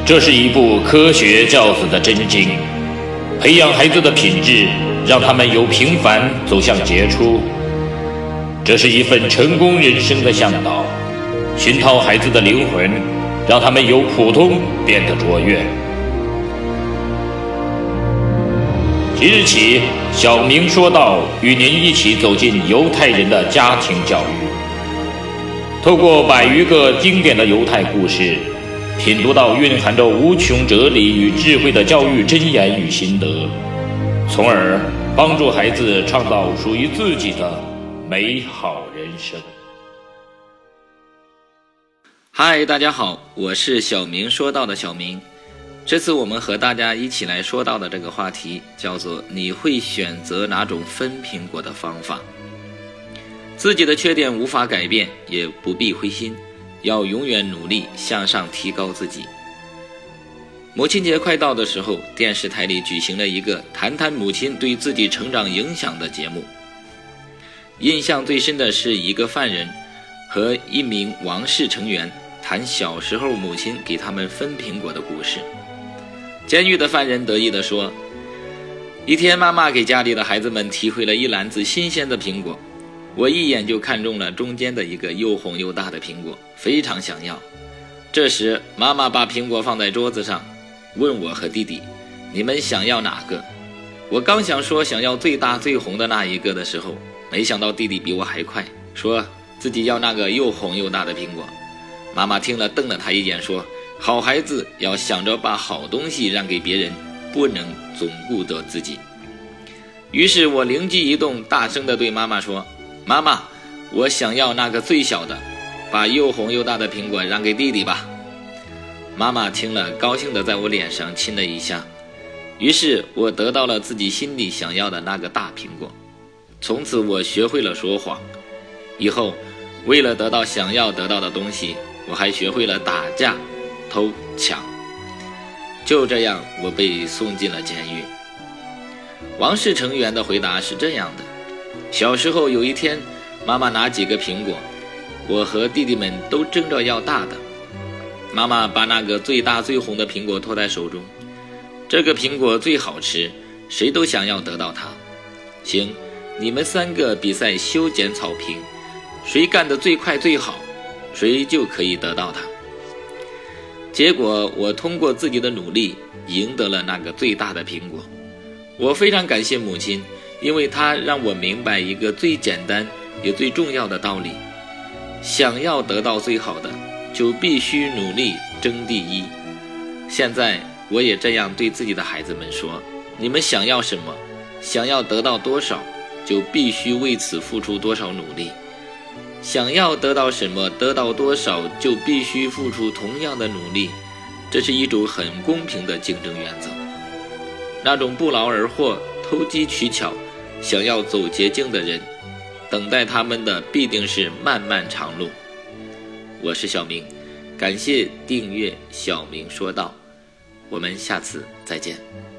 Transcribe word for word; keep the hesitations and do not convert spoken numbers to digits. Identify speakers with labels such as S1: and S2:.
S1: 这是一部科学教子的真经，培养孩子的品质，让他们由平凡走向杰出。这是一份成功人生的向导，熏陶孩子的灵魂，让他们由普通变得卓越。即日起，小明说道与您一起走进犹太人的家庭教育，透过百余个经典的犹太故事，品读到蕴含着无穷哲理与智慧的教育箴言与心得，从而帮助孩子创造属于自己的美好人生。
S2: 嗨，大家好，我是小明说道的小明。这次我们和大家一起来说到的这个话题叫做你会选择哪种分苹果的方法。自己的缺点无法改变，也不必灰心，要永远努力向上提高自己。母亲节快到的时候，电视台里举行了一个谈谈母亲对自己成长影响的节目。印象最深的是一个犯人和一名王室成员谈小时候母亲给他们分苹果的故事。监狱的犯人得意地说，一天妈妈给家里的孩子们提回了一篮子新鲜的苹果，我一眼就看中了中间的一个又红又大的苹果，非常想要。这时妈妈把苹果放在桌子上，问我和弟弟，你们想要哪个？我刚想说想要最大最红的那一个的时候，没想到弟弟比我还快，说自己要那个又红又大的苹果。妈妈听了瞪了他一眼，说，好孩子要想着把好东西让给别人，不能总顾着自己。于是我灵机一动，大声地对妈妈说，妈妈，我想要那个最小的，把又红又大的苹果让给弟弟吧。妈妈听了高兴地在我脸上亲了一下。于是我得到了自己心里想要的那个大苹果。从此我学会了说谎，以后为了得到想要得到的东西，我还学会了打架偷抢。就这样我被送进了监狱。王室成员的回答是这样的，小时候有一天，妈妈拿几个苹果，我和弟弟们都争着要大的。妈妈把那个最大最红的苹果托在手中，这个苹果最好吃，谁都想要得到它。行，你们三个比赛修剪草坪，谁干得最快最好，谁就可以得到它。结果我通过自己的努力赢得了那个最大的苹果。我非常感谢母亲，因为她让我明白一个最简单也最重要的道理，想要得到最好的，就必须努力争第一。现在我也这样对自己的孩子们说，你们想要什么，想要得到多少，就必须为此付出多少努力。想要得到什么，得到多少，就必须付出同样的努力。这是一种很公平的竞争原则。那种不劳而获、投机取巧、想要走捷径的人，等待他们的必定是漫漫长路。我是小明，感谢订阅小明说道，我们下次再见。